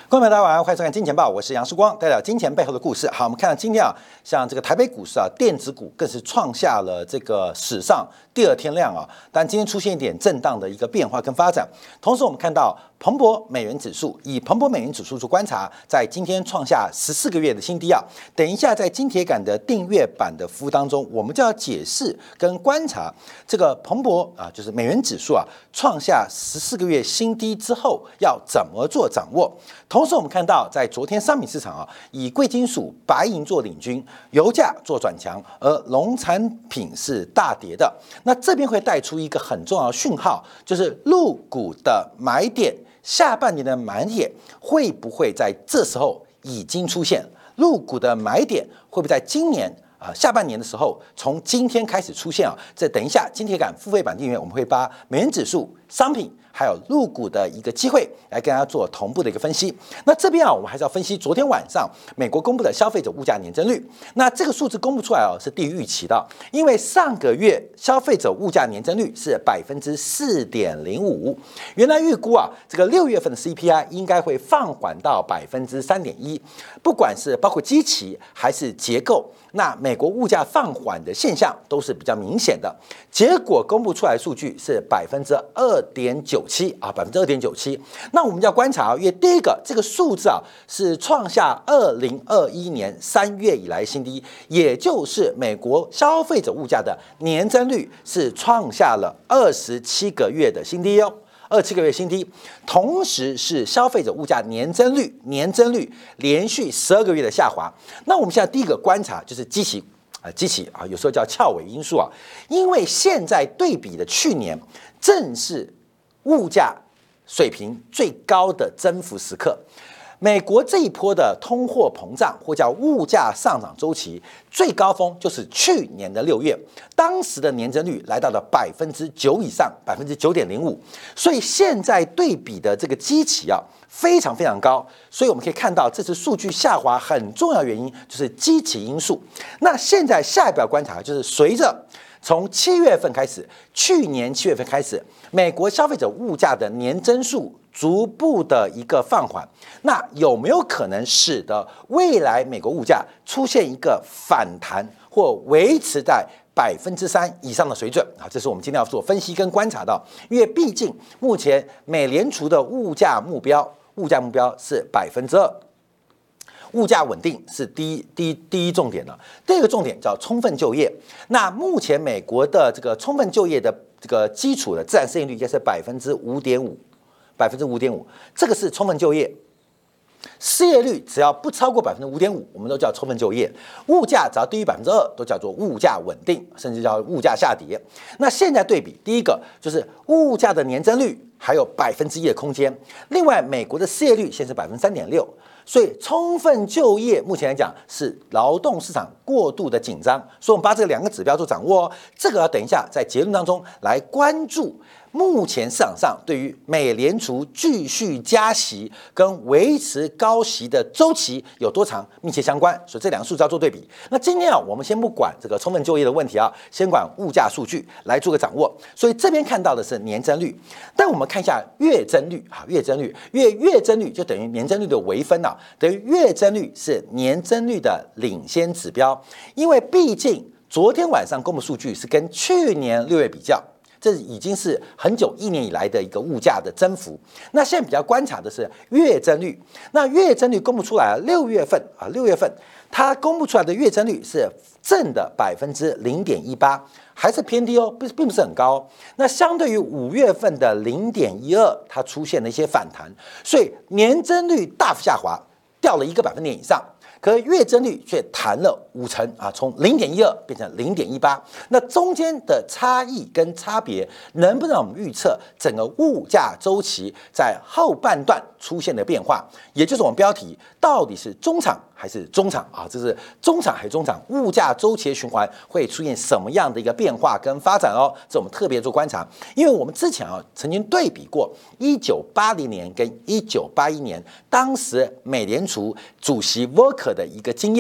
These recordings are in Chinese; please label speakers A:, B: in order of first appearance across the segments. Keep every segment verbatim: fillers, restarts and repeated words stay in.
A: 观众朋友大家晚上好，欢迎收看《金钱报》，我是杨世光，带来金钱背后的故事。好，我们看到今天啊，像这个台北股市啊，电子股更是创下了这个史上第二天量啊，但今天出现一点震荡的一个变化跟发展。同时，我们看到彭博美元指数，以彭博美元指数做观察，在今天创下十四个月的新低啊。等一下，在金铁杆的订阅版的服务当中，我们就要解释跟观察这个彭博啊，就是美元指数啊，创下十四个月新低之后要怎么做掌握。同时，我们看到在昨天商品市场啊，以贵金属、白银做领军，油价做转强，而农产品是大跌的。那这边会带出一个很重要的讯号，就是陆股的买点，下半年的买点会不会在这时候已经出现？陆股的买点会不会在今年？啊，下半年的时候，从今天开始出现啊，这等一下金铁杆付费版订阅，我们会把美元指数、商品还有陆股的一个机会来跟大家做同步的一个分析。那这边啊，我们还是要分析昨天晚上美国公布的消费者物价年增率。那这个数字公布出来啊，是低于预期的，因为上个月消费者物价年增率是百分之四点零五，原来预估啊，这个六月份的 C P I 应该会放缓到百分之三点一，不管是包括基期还是结构。那美国物价放缓的现象都是比较明显的，结果公布出来的数据是百分之二点九七啊，百分之二点九七。那我们就要观察，因为第一个这个数字啊是创下二零二一年三月以来新低，也就是美国消费者物价的年增率是创下了二十七个月的新低哦。二七个月新低，同时是消费者物价年增率年增率连续十二个月的下滑。那我们现在第一个观察就是基期啊，基期啊，有时候叫翘尾因素啊，因为现在对比的去年正是物价水平最高的增幅时刻。美国这一波的通货膨胀或叫物价上涨周期最高峰就是去年的六月，当时的年增率来到了百分之九以上，百分之九点零五。所以现在对比的这个基期啊，非常非常高。所以我们可以看到，这次数据下滑很重要原因就是基期因素。那现在下一步要观察就是随着从七月份开始，去年七月份开始，美国消费者物价的年增速逐步的一个放缓，那有没有可能使得未来美国物价出现一个反弹或维持在百分之三以上的水准啊？这是我们今天要做分析跟观察到，因为毕竟目前美联储的物价目标，物价目标是百分之二。物价稳定是第一第一第一重点了，第二个重点叫充分就业。那目前美国的这个充分就业的这个基础的自然失业率应该是百分之五点五，百分之五点五，这个是充分就业。失业率只要不超过百分之五点五，我们都叫充分就业。物价只要低于百分之二，都叫做物价稳定，甚至叫物价下跌。那现在对比，第一个就是物价的年增率还有百分之一的空间。另外，美国的失业率现在是百分之三点六。所以充分就业目前来讲是劳动市场过度的紧张，所以我们把这两个指标做掌握哦。这个要等一下在结论当中来关注。目前市场上对于美联储继续加息跟维持高息的周期有多长密切相关，所以这两个数字要做对比。那今天啊，我们先不管这个充分就业的问题啊，先管物价数据来做个掌握。所以这边看到的是年增率，但我们看一下月增率啊，月增率，因为月增率就等于年增率的微分啊，等于月增率是年增率的领先指标，因为毕竟昨天晚上公布数据是跟去年六月比较。这已经是很久一年以来的一个物价的增幅。那现在比较观察的是月增率。那月增率公布出来了，六月份啊，六月份它公布出来的月增率是正的百分之零点一八，还是偏低哦，并并不是很高哦。那相对于五月份的零点一二，它出现了一些反弹，所以年增率大幅下滑，掉了一个百分点以上。可是月增率却弹了五成啊，从零点一二变成零点一八，那中间的差异跟差别，能不能让我们预测整个物价周期在后半段出现的变化？也就是我们标题到底是中场还是中场啊？这是中场还是中场？物价周期的循环会出现什么样的一个变化跟发展哦？这我们特别做观察，因为我们之前啊曾经对比过一九八零年跟一九八一年，当时美联储主席沃克的一个经验，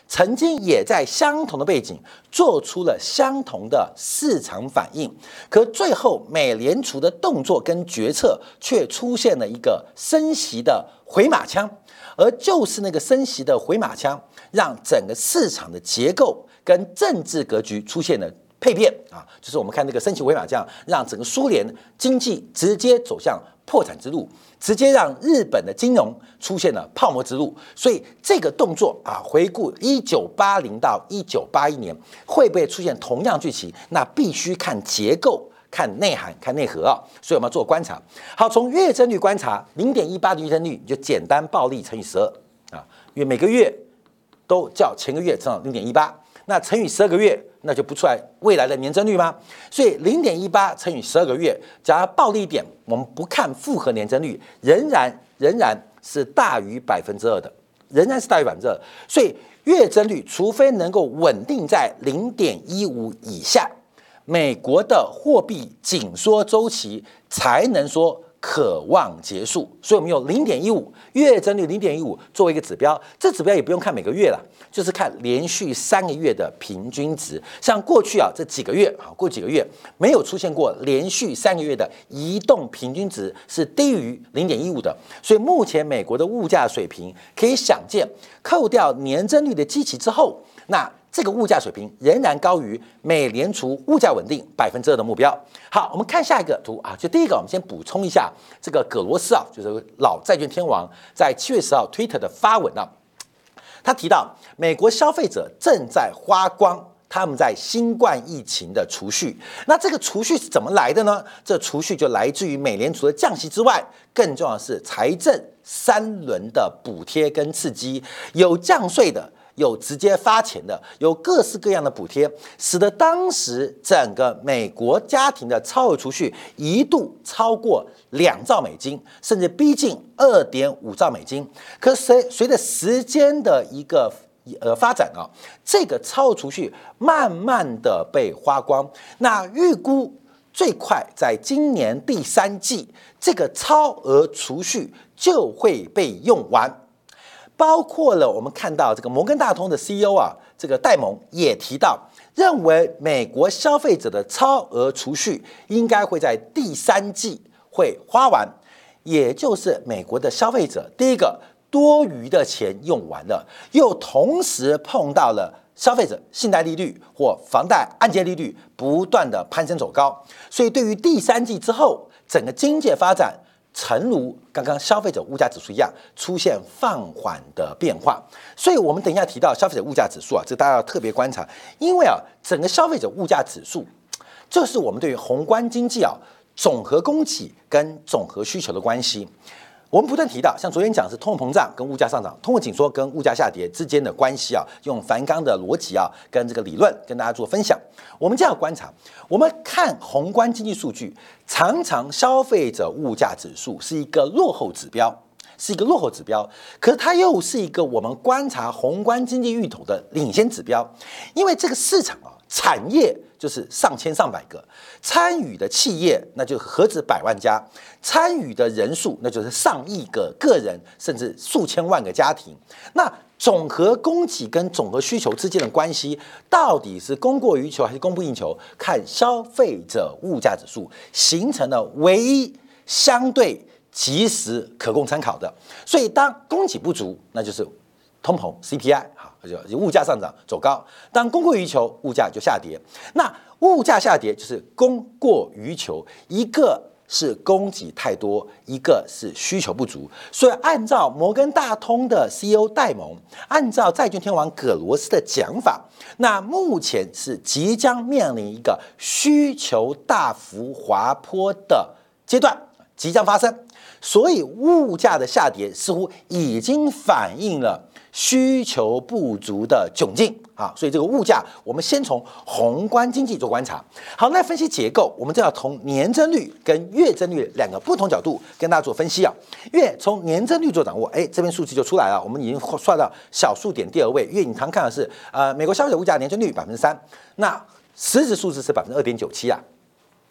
A: 曾经也在相同的背景做出了相同的市场反应，可最后美联储的动作跟决策却出现了一个升息的回马枪，而就是那个升息的回马枪，让整个市场的结构跟政治格局出现了蜕变啊，就是我们看这个升息回马枪，让整个苏联经济直接走向破产之路，直接让日本的金融出现了泡沫之路。所以这个动作啊，回顾一九八零到一九八一年，会不会出现同样剧情？那必须看结构、看内涵、看内核啊。所以我们要做观察。好，从月增率观察，零点一八的月增率，你就简单暴力乘以十二啊，因为每个月都较前个月增长零点一八。那乘以十二个月，那就不出来未来的年增率吗？所以零点一八乘以十二个月，假如暴力一点，我们不看复合年增率，仍然仍然是大于百分之二的，仍然是大于百分之二。所以月增率除非能够稳定在零点一五以下，美国的货币紧缩周期才能说可望结束。所以我们用零点一五月增率零点一五作为一个指标，这指标也不用看每个月了，就是看连续三个月的平均值。像过去啊这几个月啊，过几个月没有出现过连续三个月的移动平均值是低于零点一五的。所以目前美国的物价水平可以想见，扣掉年增率的基期之后，那这个物价水平仍然高于美联储物价稳定百分之二的目标。好，我们看下一个图啊，就第一个，我们先补充一下这个葛罗斯啊，就是老债券天王在七月十号 Twitter 的发文啊，他提到美国消费者正在花光他们在新冠疫情的储蓄。那这个储蓄是怎么来的呢？这储蓄就来自于美联储的降息之外，更重要的是财政三轮的补贴跟刺激，有降税的，有直接发钱的，有各式各样的补贴，使得当时整个美国家庭的超额储蓄一度超过两兆美金，甚至逼近二点五兆美金。可随随着时间的一个呃发展啊，这个超额储蓄慢慢的被花光。那预估最快在今年第三季，这个超额储蓄就会被用完。包括了我们看到这个摩根大通的 C E O 啊，这个戴蒙也提到，认为美国消费者的超额储蓄应该会在第三季会花完，也就是美国的消费者第一个多余的钱用完了，又同时碰到了消费者信贷利率或房贷按揭利率不断的攀升走高，所以对于第三季之后整个经济发展，诚如刚刚消费者物价指数一样，出现放缓的变化。所以我们等一下提到消费者物价指数啊，这大家要特别观察，因为啊，整个消费者物价指数，这是我们对于宏观经济啊总和供给跟总和需求的关系。我们不断提到，像昨天讲是通货膨胀跟物价上涨，通货紧缩跟物价下跌之间的关系啊，用梵刚的逻辑啊跟这个理论跟大家做分享。我们这样观察，我们看宏观经济数据，常常消费者物价指数是一个落后指标，是一个落后指标，可是它又是一个我们观察宏观经济预头的领先指标，因为这个市场啊，产业就是上千上百个，参与的企业那就何止百万家，参与的人数那就是上亿个个人，甚至数千万个家庭。那总和供给跟总和需求之间的关系，到底是供过于求还是供不应求？看消费者物价指数形成了唯一相对及时可供参考的。所以当供给不足，那就是通膨 C P I 哈，就物价上涨走高；当供过于求，物价就下跌。那物价下跌就是供过于求，一个是供给太多，一个是需求不足。所以按照摩根大通的 C E O 戴蒙，按照债券天王葛罗斯的讲法，那目前是即将面临一个需求大幅滑坡的阶段即将发生，所以物价的下跌似乎已经反映了需求不足的窘境啊，所以这个物价，我们先从宏观经济做观察。好，那分析结构，我们就要从年增率跟月增率两个不同角度跟大家做分析啊。因为从年增率做掌握，哎，这边数据就出来了，我们已经算到小数点第二位，因为你常看的是呃美国消费者物价年增率百分之三，那实质数字是百分之二点九七啊。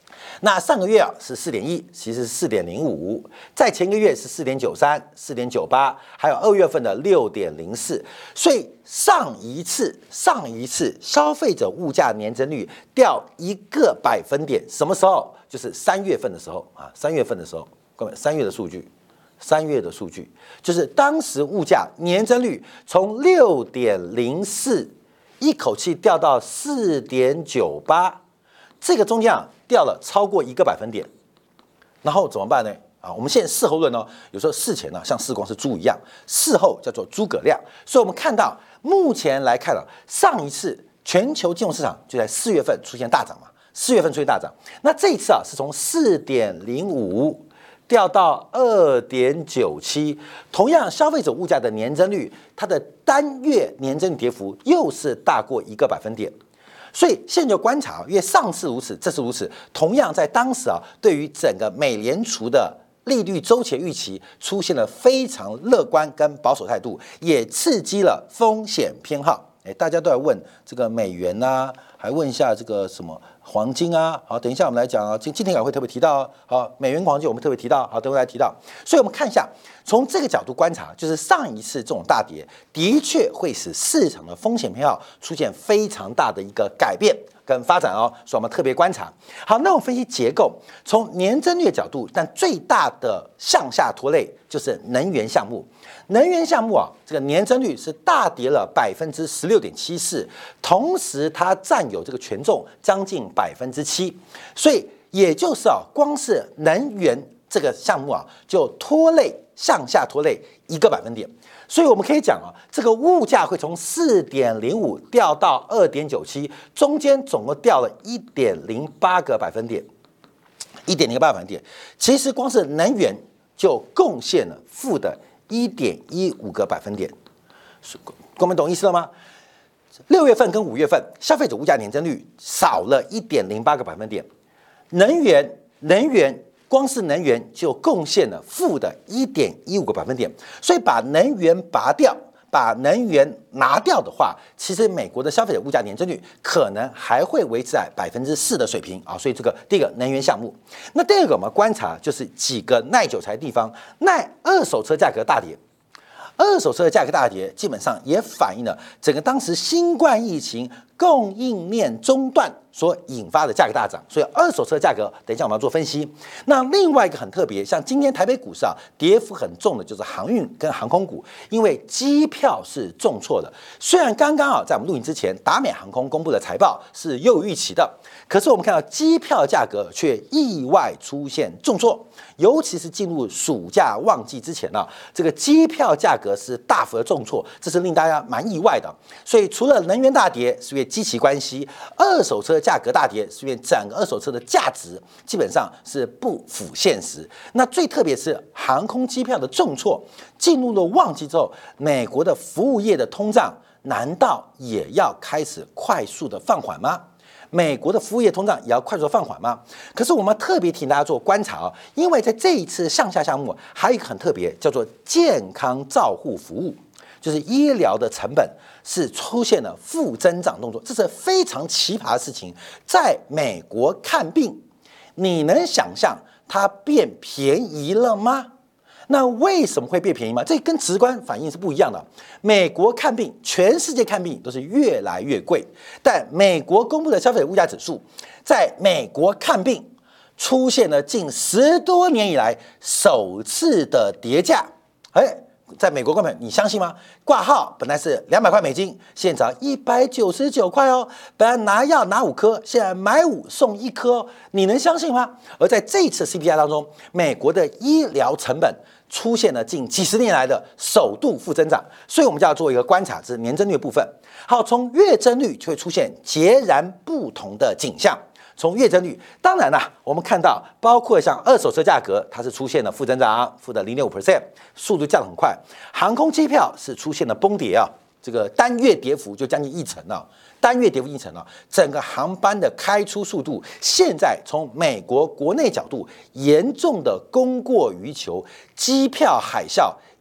A: 那上个月啊是四点一，其实是四点零五，在前个月是四点九三、四点九八，还有二月份的六点零四。所以上一次上一次消费者物价年增率掉一个百分点，什么时候？就是三月份的时候啊，三月份的时候，各位，三月的数据，三月的数据就是当时物价年增率从六点零四一口气掉到四点九八，这个中间啊。掉了超过一个百分点，然后怎么办呢？啊，我们现在事后论哦，有时候事前呢像四光是猪一样，事后叫做诸葛亮。所以我们看到目前来看了，上一次全球金融市场就在四月份出现大涨嘛，四月份出现大涨。那这一次啊是从四点零五掉到二点九七，同样消费者物价的年增率，它的单月年增跌幅又是大过一个百分点。所以现在就观察，因为上次如此，这次如此，同样在当时啊，对于整个美联储的利率周期预期出现了非常乐观跟保守态度，也刺激了风险偏好。哎，大家都在问这个美元啊，还问一下这个什么黄金啊。好，等一下我们来讲啊，今今天也会特别提到。好，美元黄金我们特别提到，好，等会来提到。所以我们看一下，从这个角度观察，就是上一次这种大跌，的确会使市场的风险偏好出现非常大的一个改变跟发展哦。所以我们特别观察。好，那我们分析结构，从年增率的角度，但最大的向下拖累就是能源项目。能源项目啊，这个年增率是大跌了百分之十六点七四，同时它占有这个权重将近百分之七，所以也就是啊，光是能源这个项目啊，就拖累向下拖累一个百分点。所以我们可以讲啊，这个物价会从四点零五掉到二点九七，中间总共掉了一点零八个百分点，一点零八百分点。其实光是能源就贡献了负的一点一五个百分点，各位懂意思了吗？六月份跟五月份消费者物价年增率少了一点零八个百分点，能源能源光是能源就贡献了负的一点一五个百分点，所以把能源拔掉，把能源拿掉的话，其实美国的消费者物价年增率可能还会维持在百分之四的水平啊。所以这个第一个能源项目，那第二个我们观察就是几个耐久材地方，耐二手车价格大跌。二手车的价格大跌，基本上也反映了整个当时新冠疫情供应链中断所引发的价格大涨，所以二手车价格，等一下我们要做分析。那另外一个很特别，像今天台北股市啊，跌幅很重的就是航运跟航空股，因为机票是重挫的。虽然刚刚啊，在我们录影之前，达美航空公布的财报是优于预期的，可是我们看到机票价格却意外出现重挫。尤其是进入暑假旺季之前呢、啊，这个机票价格是大幅的重挫，这是令大家蛮意外的。所以除了能源大跌是因为基期关系，二手车价格大跌是因为整个二手车的价值基本上是不符现实。那最特别是航空机票的重挫，进入了旺季之后，美国的服务业的通胀难道也要开始快速的放缓吗？美国的服务业通胀也要快速放缓吗？可是我们特别提大家做观察啊，因为在这一次向下项目还有一个很特别，叫做健康照护服务，就是医疗的成本是出现了负增长动作，这是非常奇葩的事情。在美国看病，你能想象它变便宜了吗？那为什么会变便宜吗？这跟直观反应是不一样的。美国看病，全世界看病都是越来越贵，但美国公布的消费者物价指数，在美国看病出现了近十多年以来首次的跌价。哎，在美国观众，你相信吗？挂号本来是两百块美金，现在一百九十九块哦。本来拿药拿五颗，现在买五送一颗，你能相信吗？而在这一次 C P I 当中，美国的医疗成本出现了近几十年来的首度负增长，所以我们就要做一个观察，这是年增率的部分。好，从月增率就会出现截然不同的景象。从月增率，当然啦，我们看到包括像二手车价格，它是出现了负增长，负的零点五 percent， 速度降得很快。航空机票是出现了崩跌啊，这个单月跌幅就将近一成啊，单月跌幅一成啊，整个航班的开出速度，现在从美国国内角度严重的供过于求，机票海啸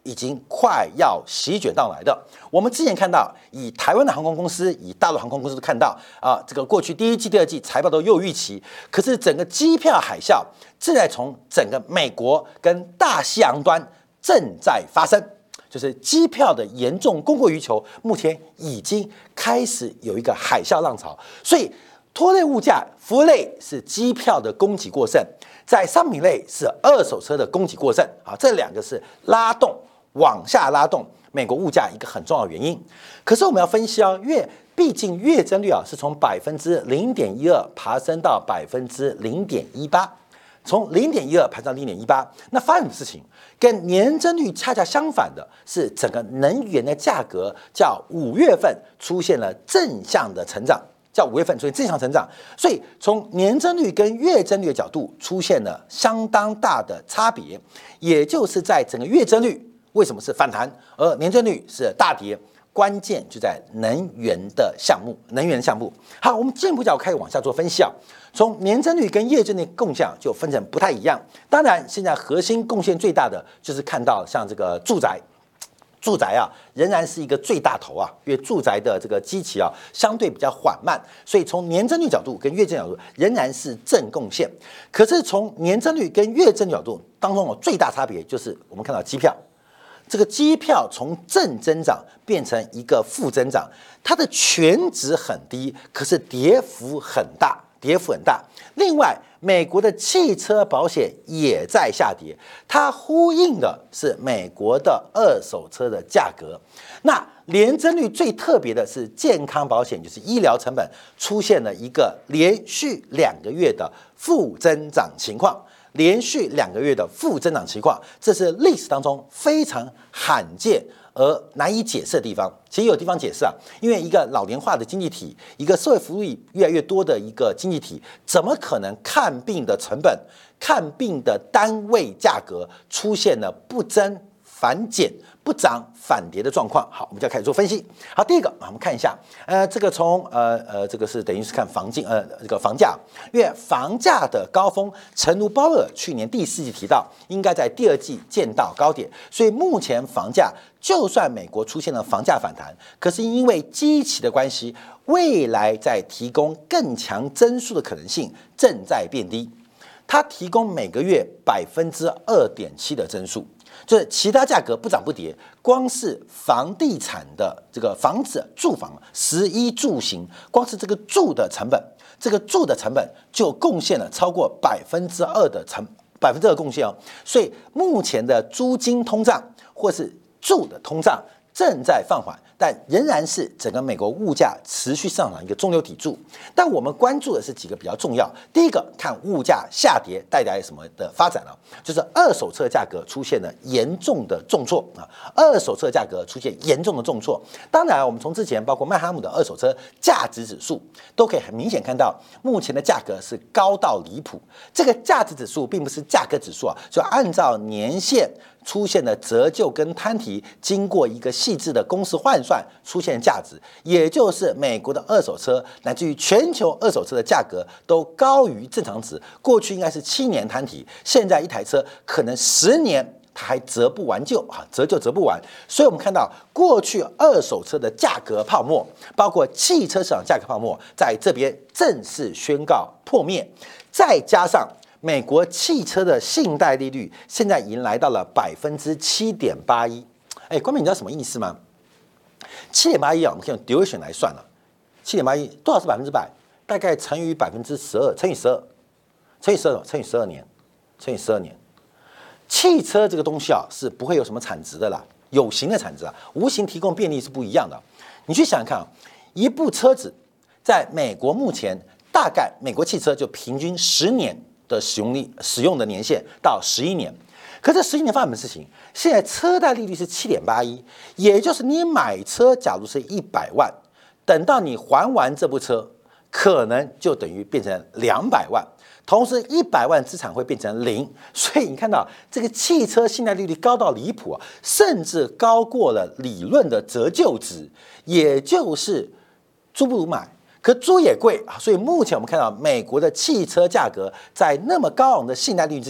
A: 已经快要席卷到来的。我们之前看到，以台湾的航空公司，以大陆航空公司看到啊，这个过去第一季、第二季财报都优于预期，可是整个机票海啸正在从整个美国跟大西洋端正在发生。就是机票的严重供过于求，目前已经开始有一个海啸浪潮，所以拖累物价，服务类是机票的供给过剩，在商品类是二手车的供给过剩啊，这两个是拉动往下拉动美国物价一个很重要的原因。可是我们要分析啊，因为毕竟月增率啊是从百分之零点一二爬升到百分之零点一八。从零点一二爬到零点一八，那发生什么事情？跟年增率恰恰相反的是，整个能源的价格叫五月份出现了正向的成长，叫五月份出现正向成长，所以从年增率跟月增率的角度出现了相当大的差别，也就是在整个月增率为什么是反弹，而年增率是大跌。关键就在能源的项目，能源项目。好，我们进一步角开始往下做分析啊。从年增率跟月增率共享就分成不太一样。当然，现在核心贡献最大的就是看到像这个住宅，住宅啊仍然是一个最大头啊，因为住宅的这个基期啊相对比较缓慢，所以从年增率角度跟月增率角度仍然是正贡献。可是从年增率跟月增率角度当中，最大差别就是我们看到机票。这个机票从正增长变成一个负增长，它的权值很低，可是跌幅很大，跌幅很大。另外，美国的汽车保险也在下跌，它呼应的是美国的二手车的价格。那年增率最特别的是健康保险，就是医疗成本出现了一个连续两个月的负增长情况。连续两个月的负增长情况，这是历史当中非常罕见而难以解释的地方。其实有地方解释啊，因为一个老龄化的经济体，一个社会福利越来越多的一个经济体，怎么可能看病的成本、看病的单位价格出现了不增反减、不涨反跌的状况？好，我们就要开始做分析。好，第一个，我们看一下，呃，这个从呃呃，这个是等于是看房价，呃，这个房价，因为房价的高峰，诚如鲍尔去年第四季提到，应该在第二季见到高点，所以目前房价就算美国出现了房价反弹，可是因为基期的关系，未来在提供更强增速的可能性正在变低，它提供每个月百分之二点七的增速。就是其他价格不涨不跌，光是房地产的这个房子住房、食衣住行，光是这个住的成本，这个住的成本就贡献了超过百分之二的成百分之二贡献哦。所以目前的租金通胀或是住的通胀正在放缓，但仍然是整个美国物价持续上涨一个中流砥柱。但我们关注的是几个比较重要。第一个，看物价下跌带来什么的发展呢？就是二手车价格出现了严重的重挫啊，二手车价格出现严重的重挫。当然，我们从之前包括曼哈姆的二手车价值指数都可以很明显看到，目前的价格是高到离谱。这个价值指数并不是价格指数啊，就按照年限出现的折旧跟摊提，经过一个细致的公式换算出现价值，也就是美国的二手车乃至于全球二手车的价格都高于正常值。过去应该是七年摊提，现在一台车可能十年它还折不完旧啊，折旧折不完。所以我们看到过去二手车的价格泡沫，包括汽车市场价格泡沫，在这边正式宣告破灭，再加上美国汽车的信贷利率现在已经来到了百分之七点八一。哎，关明，你知道什么意思吗？七点八一啊，我们可以用 duration 来算了。七点八一多少是百分之百？大概乘以百分之十二，乘以十二，乘以十二，乘以十二年，乘以十二年。汽车这个东西啊，是不会有什么产值的啦，有形的产值啊，无形提供便利是不一样的。你去想想看啊，一部车子在美国目前大概美国汽车就平均十年的使用力使用的年限到十一年，可这十一年发生什么事情？现在车贷利率是七点八一，也就是你买车假如是一百万，等到你还完这部车，可能就等于变成两百万，同时一百万资产会变成零。所以你看到这个汽车信贷利率高到离谱啊，甚至高过了理论的折旧值，也就是租不如买。可租也贵啊，所以目前我们看到美国的汽车价格在那么高昂的信贷利率之下，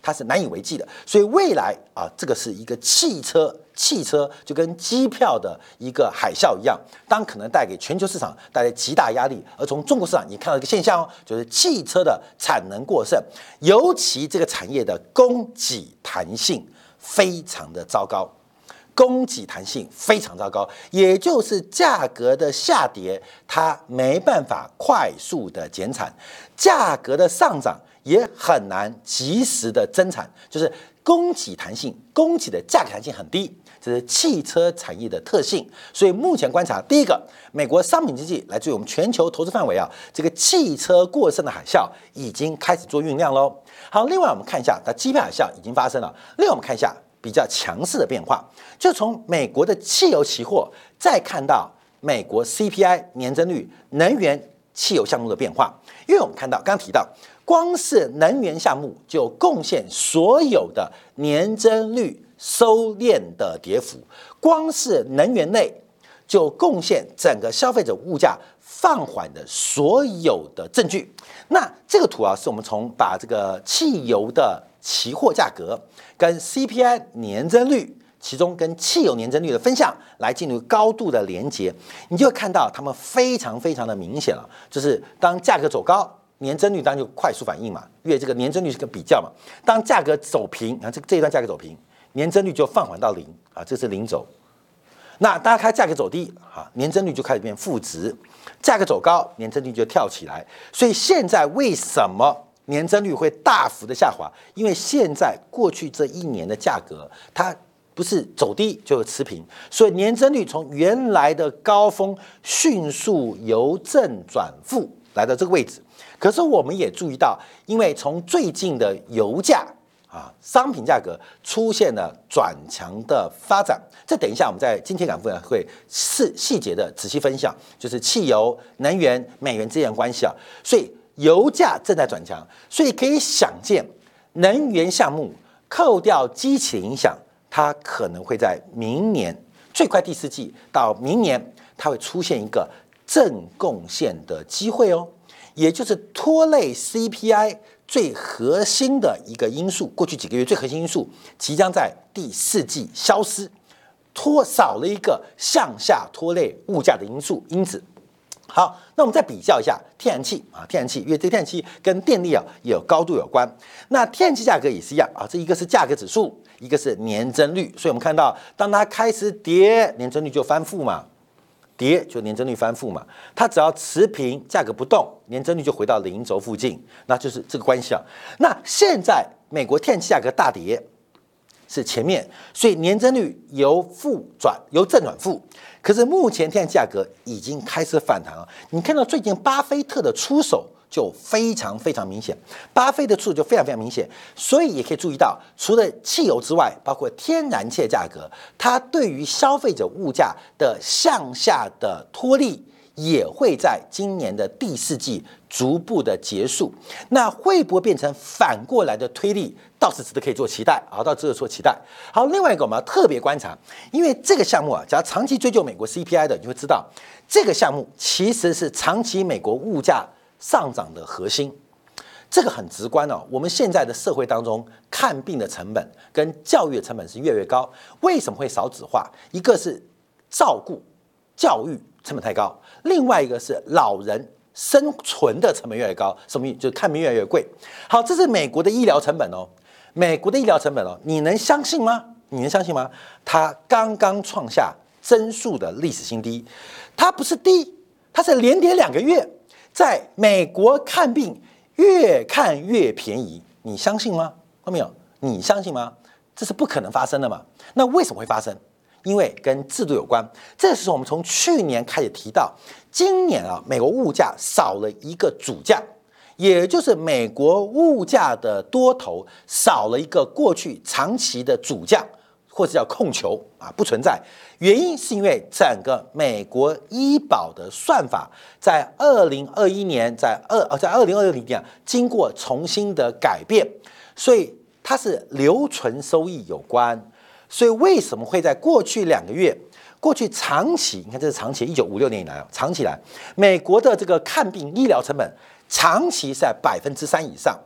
A: 它是难以为继的。所以未来啊，这个是一个汽车。汽车就跟机票的一个海啸一样，当可能带给全球市场带来极大压力。而从中国市场，你看到一个现象哦，就是汽车的产能过剩，尤其这个产业的供给弹性非常的糟糕，供给弹性非常糟糕，也就是价格的下跌，它没办法快速的减产，价格的上涨也很难及时的增产，就是供给弹性，供给的价格弹性很低。这是汽车产业的特性，所以目前观察，第一个，美国商品经济来自于我们全球投资范围啊，这个汽车过剩的海啸已经开始做酝酿喽。好，另外我们看一下，它机票海啸已经发生了。另外我们看一下比较强势的变化，就从美国的汽油期货，再看到美国 C P I 年增率、能源、汽油项目的变化。因为我们看到，刚刚提到，光是能源项目就贡献所有的年增率收敛的跌幅，光是能源类就贡献整个消费者物价放缓的所有的证据。那这个图啊，是我们从把这个汽油的期货价格跟 C P I 年增率，其中跟汽油年增率的分项来进入高度的连接，你就会看到它们非常非常的明显了，就是当价格走高，年增率当然就快速反应嘛，因为这个年增率是个比较嘛。当价格走平，啊，这这一段价格走平，年增率就放缓到零啊，这是零轴。那大家看价格走低啊，年增率就开始变负值；价格走高，年增率就跳起来。所以现在为什么年增率会大幅的下滑？因为现在过去这一年的价格，它不是走低就持平，所以年增率从原来的高峰迅速由正转负来到这个位置。可是我们也注意到，因为从最近的油价啊，商品价格出现了转强的发展，这等一下我们在今天港部分会细细节的仔细分享，就是汽油、能源、美元之间的关系啊。所以油价正在转强，所以可以想见，能源项目扣掉基期的影响，它可能会在明年最快第四季到明年，它会出现一个正贡献的机会哦，也就是拖累 C P I。最核心的一个因素，过去几个月最核心因素即将在第四季消失，拖少了一个向下拖累物价的因素因子。好，那我们再比较一下天然气啊，天然气，因为这天然气跟电力啊也有高度有关。那天然气价格也是一样啊，这一个是价格指数，一个是年增率，所以我们看到，当它开始跌，年增率就翻负嘛。跌就年增率翻负嘛，它只要持平，价格不动，年增率就回到零轴附近，那就是这个关系啊。那现在美国天然气价格大跌是前面，所以年增率由负转由正转负。可是目前天然气价格已经开始反弹了，你看到最近巴菲特的出手就非常非常明显，巴菲特的出手就非常非常明显，所以也可以注意到，除了汽油之外，包括天然气的价格，它对于消费者物价的向下的拖力也会在今年的第四季逐步的结束。那会不会变成反过来的推力，倒是值得可以做期待啊，倒值得做期待。好，另外一个我们要特别观察，因为这个项目啊，只要长期追究美国 C P I 的，你会知道这个项目其实是长期美国物价上涨的核心，这个很直观哦。我们现在的社会当中，看病的成本跟教育的成本是越来越高。为什么会少子化？一个是照顾、教育成本太高，另外一个是老人生存的成本越来越高，什么意思？就是看病越来越贵。好，这是美国的医疗成本哦，美国的医疗成本哦，你能相信吗？你能相信吗？它刚刚创下增速的历史新低，它不是低，它是连跌两个月。在美国看病越看越便宜，你相信吗？看到没有？你相信吗？这是不可能发生的嘛？那为什么会发生？因为跟制度有关。这是我们从去年开始提到，今年啊，美国物价少了一个主将，也就是美国物价的多头少了一个过去长期的主将，或者叫控球啊，不存在。原因是因为整个美国医保的算法在二零二一年，在二呃在二零二零年经过重新的改变，所以它是留存收益有关。所以为什么会在过去两个月，过去长期，你看这是长期，一九五六年以来啊，长期来，美国的这个看病医疗成本长期在百分之三以上。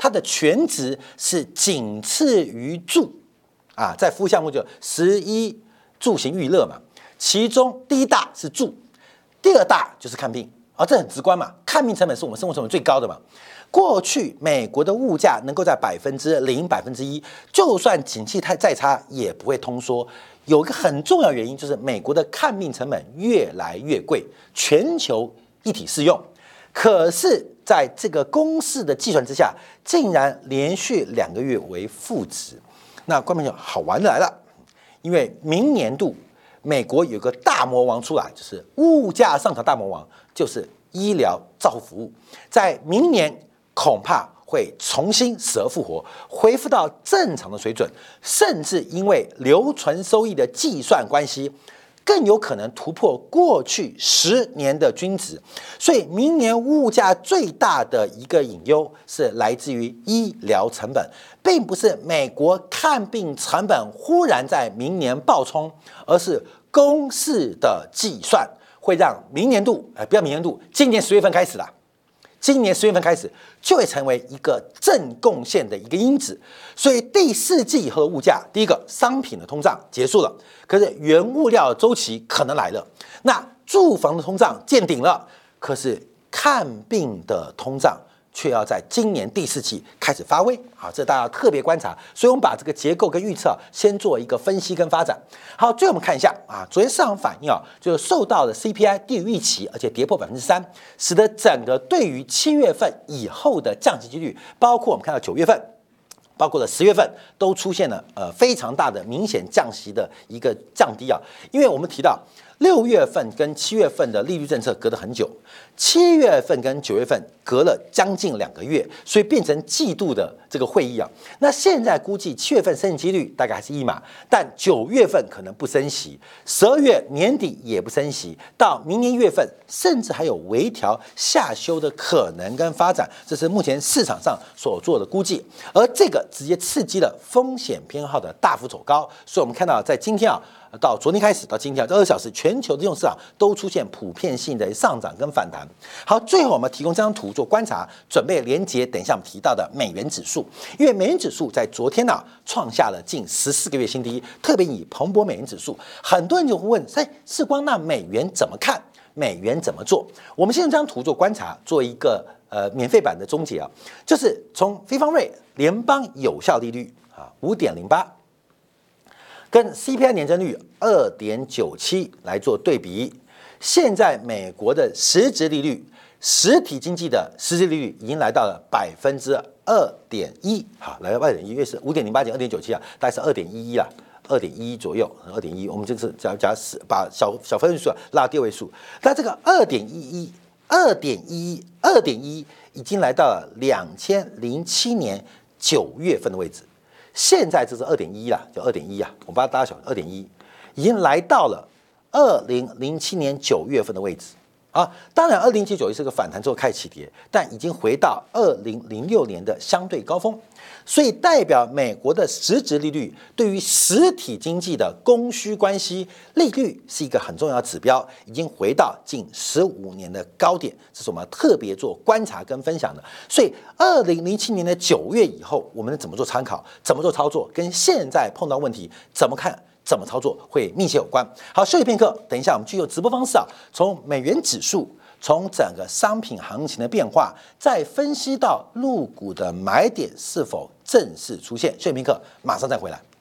A: 它的权值是仅次于住啊，在服务项目就十一住行娱乐嘛，其中第一大是住，第二大就是看病啊，这很直观嘛，看病成本是我们生活成本最高的嘛。过去美国的物价能够在百分之零、百分之一，就算景气太再差也不会通缩。有一个很重要原因就是美国的看病成本越来越贵，全球一体适用。可是，在这个公式的计算之下，竟然连续两个月为负值。那观众朋友，好玩的来了，因为明年度美国有个大魔王出来，就是物价上涨大魔王，就是医疗照护服务，在明年恐怕会重新死而复活，恢复到正常的水准，甚至因为留存收益的计算关系，更有可能突破过去十年的均值。所以明年物价最大的一个隐忧是来自于医疗成本，并不是美国看病成本忽然在明年暴冲，而是公式的计算会让明年度，哎，不要明年度，今年十月份开始啦。今年十月份开始就会成为一个正贡献的一个因子，所以第四季以后的物价，第一个商品的通胀结束了，可是原物料的周期可能来了。那住房的通胀见顶了，可是看病的通胀却要在今年第四季开始发威啊，这大家要特别观察。所以我们把这个结构跟预测、啊、先做一个分析跟发展。好，最后我们看一下啊，昨天市场反应啊，就是受到的 C P I 低于预期，而且跌破百分之三，使得整个对于七月份以后的降息几率，包括我们看到九月份。包括了十月份都出现了呃非常大的明显降息的一个降低啊，因为我们提到六月份跟七月份的利率政策隔得很久，七月份跟九月份隔了将近两个月，所以变成季度的这个会议啊。那现在估计七月份升息几率大概还是一码，但九月份可能不升息，十二月年底也不升息，到明年一月份甚至还有微调下修的可能跟发展，这是目前市场上所做的估计，而这个直接刺激了风险偏好的大幅走高，所以我们看到在今天啊。到昨天开始到今天这二十小时，全球的金融市场都出现普遍性的上涨跟反弹。好，最后我们提供这张图做观察，准备连接等一下我们提到的美元指数，因为美元指数在昨天呢、啊、创下了近十四个月新低，特别以彭博美元指数，很多人就会问：哎，世光，那美元怎么看？美元怎么做？我们先用这张图做观察，做一个呃免费版的终结啊，就是从非方瑞联邦有效利率啊五点零八。跟 C P I 年增率 二点九七 来做对比，现在美国的实质利率，实体经济的实质利率已经来到了百分之二点一，好，来到二点一，因为是五点零八减二点九七啊，大概是二点一一啦，二点一左右，二点一，我们这是假假使把小小分数拉第二位数，但这个二点一一、二点一、二点一已经来到了两千零七年九月份的位置。现在这是二点一啦，就二点一啊，我把它打小二点一，已经来到了二零零七年九月份的位置啊。当然，二零零七九月是个反弹之后开始起跌，但已经回到二零零六年的相对高峰，所以代表美国的实质利率对于实体经济的供需关系，利率是一个很重要的指标，已经回到近十五年的高点，这是我们特别做观察跟分享的。所以，二零零七年的九月以后，我们怎么做参考，怎么做操作，跟现在碰到问题怎么看？怎么操作会密切有关。好，休息片刻，等一下我们继续用直播方式啊，从美元指数，从整个商品行情的变化，再分析到陆股的买点是否正式出现。休息片刻，马上再回来。